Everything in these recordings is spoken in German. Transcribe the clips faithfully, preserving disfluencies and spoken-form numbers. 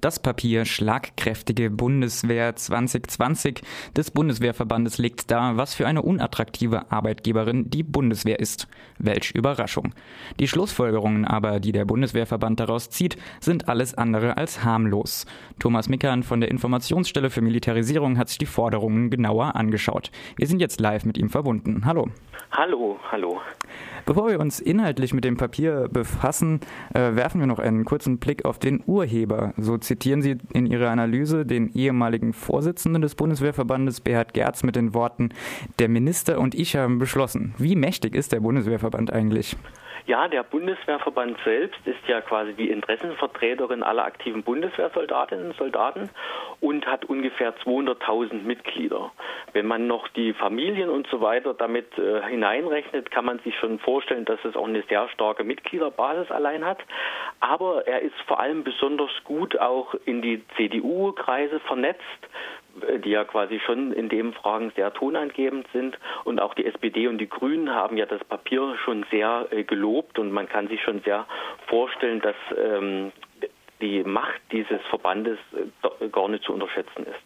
Das Papier Schlagkräftige Bundeswehr zwanzig zwanzig des Bundeswehrverbandes legt dar, was für eine unattraktive Arbeitgeberin die Bundeswehr ist. Welch Überraschung. Die Schlussfolgerungen aber, die der Bundeswehrverband daraus zieht, sind alles andere als harmlos. Thomas Mickern von der Informationsstelle für Militarisierung hat sich die Forderungen genauer angeschaut. Wir sind jetzt live mit ihm verbunden. Hallo. Hallo, hallo. Bevor wir uns inhaltlich mit dem Papier befassen, äh, werfen wir noch einen kurzen Blick auf den Urheber. So zitieren Sie in Ihrer Analyse den ehemaligen Vorsitzenden des Bundeswehrverbandes, Berhard Gerz, mit den Worten: Der Minister und ich haben beschlossen. Wie mächtig ist der Bundeswehrverband eigentlich? Ja, der Bundeswehrverband selbst ist ja quasi die Interessenvertreterin aller aktiven Bundeswehrsoldatinnen und Soldaten und hat ungefähr zweihunderttausend Mitglieder. Wenn man noch die Familien und so weiter damit äh, hineinrechnet, kann man sich schon vorstellen, dass es auch eine sehr starke Mitgliederbasis allein hat. Aber er ist vor allem besonders gut auch in die C D U-Kreise vernetzt, die ja quasi schon in den Fragen sehr tonangebend sind. Und auch die S P D und die Grünen haben ja das Papier schon sehr äh, gelobt. Und man kann sich schon sehr vorstellen, dass ähm, die Macht dieses Verbandes äh, gar nicht zu unterschätzen ist.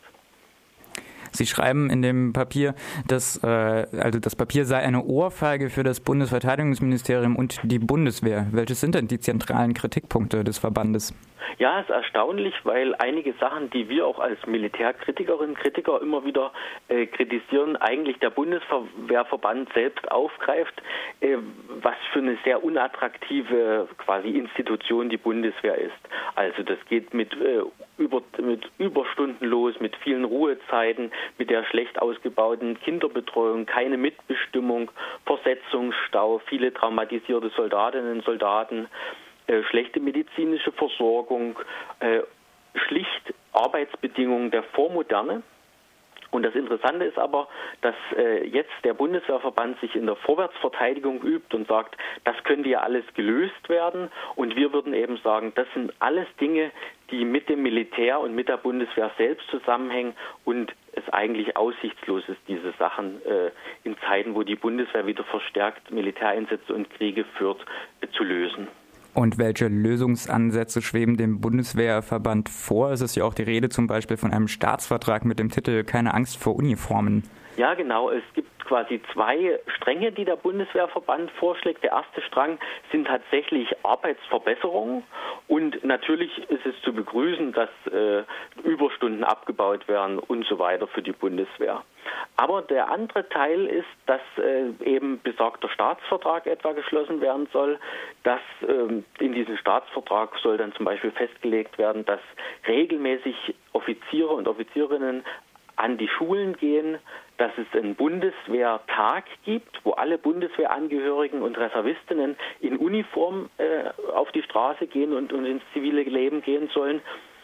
Sie schreiben in dem Papier, dass äh, also das Papier sei eine Ohrfeige für das Bundesverteidigungsministerium und die Bundeswehr. Welches sind denn die zentralen Kritikpunkte des Verbandes? Ja, es ist erstaunlich, weil einige Sachen, die wir auch als Militärkritikerinnen und Kritiker immer wieder äh, kritisieren, eigentlich der Bundeswehrverband selbst aufgreift, äh, was für eine sehr unattraktive quasi Institution die Bundeswehr ist. Also das geht mit, äh, über, mit Überstunden los, mit vielen Ruhezeiten, mit der schlecht ausgebauten Kinderbetreuung, keine Mitbestimmung, Versetzungsstau, viele traumatisierte Soldatinnen und Soldaten, Äh, schlechte medizinische Versorgung, äh, schlicht Arbeitsbedingungen der Vormoderne. Und das Interessante ist aber, dass äh, jetzt der Bundeswehrverband sich in der Vorwärtsverteidigung übt und sagt, das könnte ja alles gelöst werden. Und wir würden eben sagen, das sind alles Dinge, die mit dem Militär und mit der Bundeswehr selbst zusammenhängen und es eigentlich aussichtslos ist, diese Sachen äh, in Zeiten, wo die Bundeswehr wieder verstärkt Militäreinsätze und Kriege führt, äh, zu lösen. Und welche Lösungsansätze schweben dem Bundeswehrverband vor? Es ist ja auch die Rede zum Beispiel von einem Staatsvertrag mit dem Titel „Keine Angst vor Uniformen“. Ja, genau. Es gibt quasi zwei Stränge, die der Bundeswehrverband vorschlägt. Der erste Strang sind tatsächlich Arbeitsverbesserungen. Und natürlich ist es zu begrüßen, dass äh, Überstunden abgebaut werden und so weiter für die Bundeswehr. Aber der andere Teil ist, dass äh, eben besagter Staatsvertrag etwa geschlossen werden soll. Dass ähm, in diesem Staatsvertrag soll dann zum Beispiel festgelegt werden, dass regelmäßig Offiziere und Offizierinnen an die Schulen gehen, dass es einen Bundeswehrtag gibt, wo alle Bundeswehrangehörigen und Reservistinnen in Uniform äh, auf die Straße gehen und, und ins zivile Leben gehen sollen.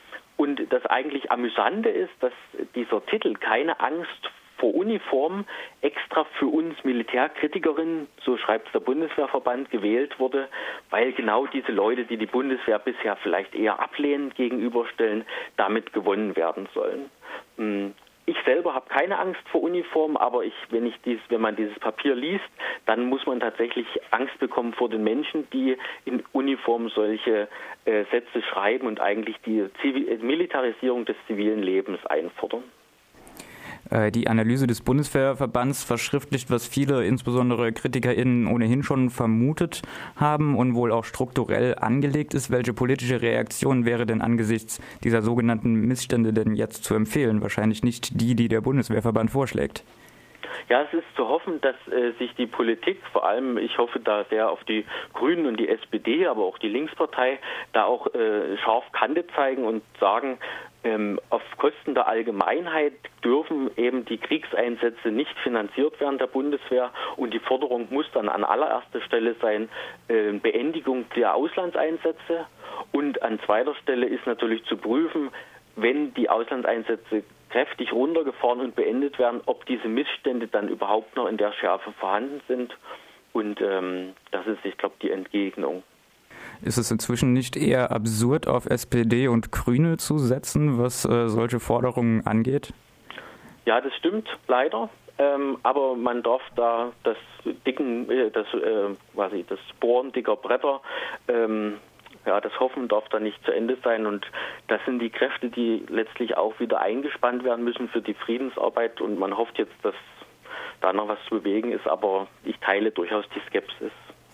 Und das eigentlich Amüsante ist, dass dieser Titel „Keine Angst vor Uniform“ extra für uns Militärkritikerinnen, so schreibt es der Bundeswehrverband, gewählt wurde, weil genau diese Leute, die die Bundeswehr bisher vielleicht eher ablehnend gegenüberstellen, damit gewonnen werden sollen. Ich selber habe keine Angst vor Uniform, aber ich, wenn, ich dies, wenn man dieses Papier liest, dann muss man tatsächlich Angst bekommen vor den Menschen, die in Uniform solche äh, Sätze schreiben und eigentlich die Zivil- Militarisierung des zivilen Lebens einfordern. Die Analyse des Bundeswehrverbands verschriftlicht, was viele, insbesondere KritikerInnen, ohnehin schon vermutet haben und wohl auch strukturell angelegt ist. Welche politische Reaktion wäre denn angesichts dieser sogenannten Missstände denn jetzt zu empfehlen? Wahrscheinlich nicht die, die der Bundeswehrverband vorschlägt. Ja, es ist zu hoffen, dass äh, sich die Politik, vor allem ich hoffe da sehr auf die Grünen und die S P D, aber auch die Linkspartei, da auch äh, scharf Kante zeigen und sagen, ähm, auf Kosten der Allgemeinheit dürfen eben die Kriegseinsätze nicht finanziert werden der Bundeswehr und die Forderung muss dann an allererster Stelle sein, äh, Beendigung der Auslandseinsätze und an zweiter Stelle ist natürlich zu prüfen, wenn die Auslandseinsätze kräftig runtergefahren und beendet werden, ob diese Missstände dann überhaupt noch in der Schärfe vorhanden sind. Und ähm, das ist, ich glaube, die Entgegnung. Ist es inzwischen nicht eher absurd, auf S P D und Grüne zu setzen, was äh, solche Forderungen angeht? Ja, das stimmt, leider. Ähm, aber man darf da das dicken, äh, das äh, quasi das Bohren dicker Bretter ähm, ja, das Hoffen darf da nicht zu Ende sein und das sind die Kräfte, die letztlich auch wieder eingespannt werden müssen für die Friedensarbeit und man hofft jetzt, dass da noch was zu bewegen ist, aber ich teile durchaus die Skepsis.